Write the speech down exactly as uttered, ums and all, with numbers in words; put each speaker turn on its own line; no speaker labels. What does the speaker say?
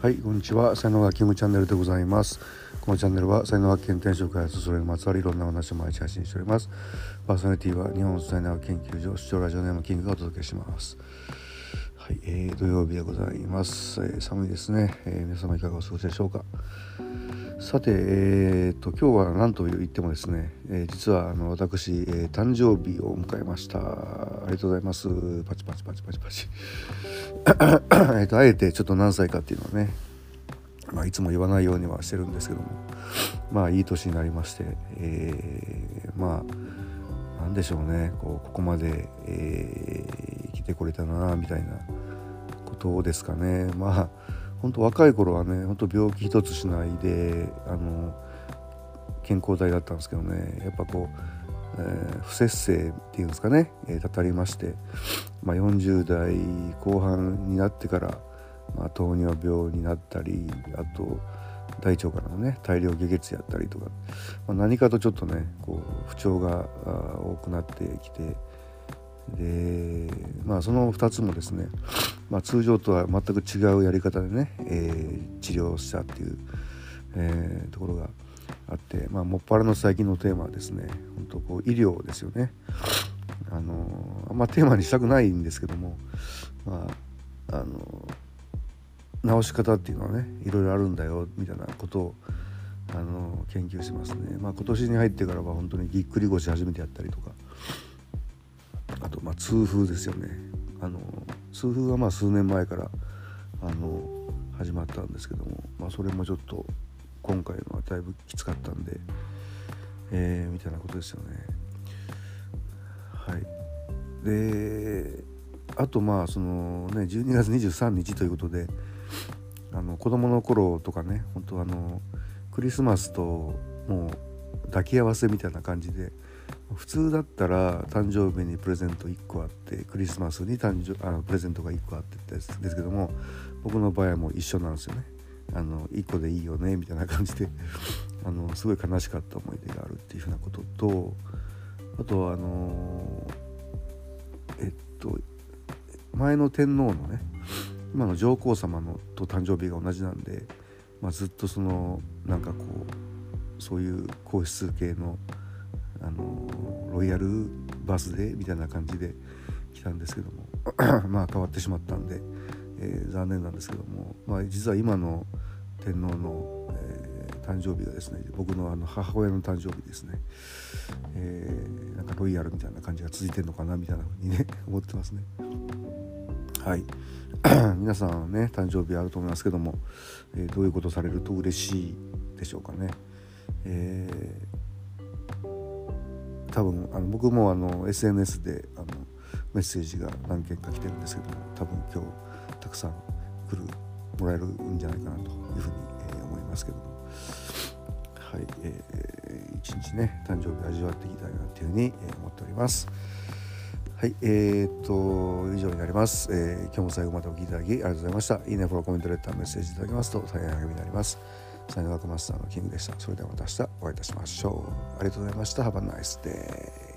はい、こんにちは。才能学キングチャンネルでございます。このチャンネルは才能学研転職開発、それにまつわるいろんな話を毎日配信しております。パーソナリティは日本才能学研究所主張ラジオネームキングがお届けします。はい、えー、土曜日でございます。えー、寒いですね、えー。皆様いかがお過ごしでしょうか。さて、えー、と今日は何と言ってもですね、えー、実はあの私、えー、誕生日を迎えました。ありがとうございます。パチパチパチパチパチえとあえてちょっと何歳かっていうのはね、まあ、いつも言わないようにはしてるんですけども、まあいい年になりまして、えー、まあなんでしょうね、こうここまで、えー、生きてこれたなみたいなことですかね。まあ本当若い頃はね、本当病気一つしないであの健康体だったんですけどね、やっぱこう、えー、不摂生っていうんですかね、えー、たたりまして、まあ、よんじゅう代後半になってから、まあ、糖尿病になったり、あと大腸からのね大量下血やったりとか、まあ、何かとちょっとねこう不調が多くなってきて、でまあそのふたつもですね、まあ、通常とは全く違うやり方でね、えー、治療したっていう、えー、ところがあって、まあもっぱらの最近のテーマはですね、本当こう医療ですよね。あのあんまテーマにしたくないんですけども、まああの治し方っていうのはねいろいろあるんだよみたいなことをあの研究してますね。まあ今年に入ってからは本当にぎっくり腰初めてやったりとか、あとまあ痛風ですよね。あの痛風はまあ数年前からあの始まったんですけども、まあそれもちょっと今回のはだいぶきつかったんで、えー、みたいなことですよね。はい。であとまあそのねじゅうにがつにじゅうさんにちということで、あの子供の頃とかね、本当あのクリスマスともう抱き合わせみたいな感じで、普通だったら誕生日にプレゼントいっこあって、クリスマスに誕生あのプレゼントがいっこあってですですけども、僕の場合はもう一緒なんですよね。あのいっこでいいよねみたいな感じで、あのすごい悲しかった思い出があるっていうふうなことと、あとはあのえっと前の天皇のね、今の上皇様のと誕生日が同じなんで、まあ、ずっとそのなんかこうそういう皇室系のあのロイヤルバースデーみたいな感じで来たんですけどもまあ変わってしまったんで、えー、残念なんですけども、まあ、実は今の天皇の、えー、誕生日がですね、僕のあの母親の誕生日ですね、えー、なんかロイヤルみたいな感じが続いてるのかなみたいな風にね思ってますね。はい皆さんね誕生日あると思いますけども、えー、どういうことされると嬉しいでしょうかね。えー、多分あの僕もあの エスエヌエス であのメッセージが何件か来てるんですけども、多分今日たくさん来るもらえるんじゃないかなというふうに、えー、思いますけども、はい、えー、一日ね誕生日味わっていきたいなというふうに、えー、思っております。はい、えー、っと以上になります、えー、今日も最後までお聞きいただきありがとうございました。いいね、フォロー、コメント、レター、メッセージいただけますと大変励みになります。才能学マスターのキングでした。それではまた明日お会いいたしましょう。ありがとうございました。Have a nice day.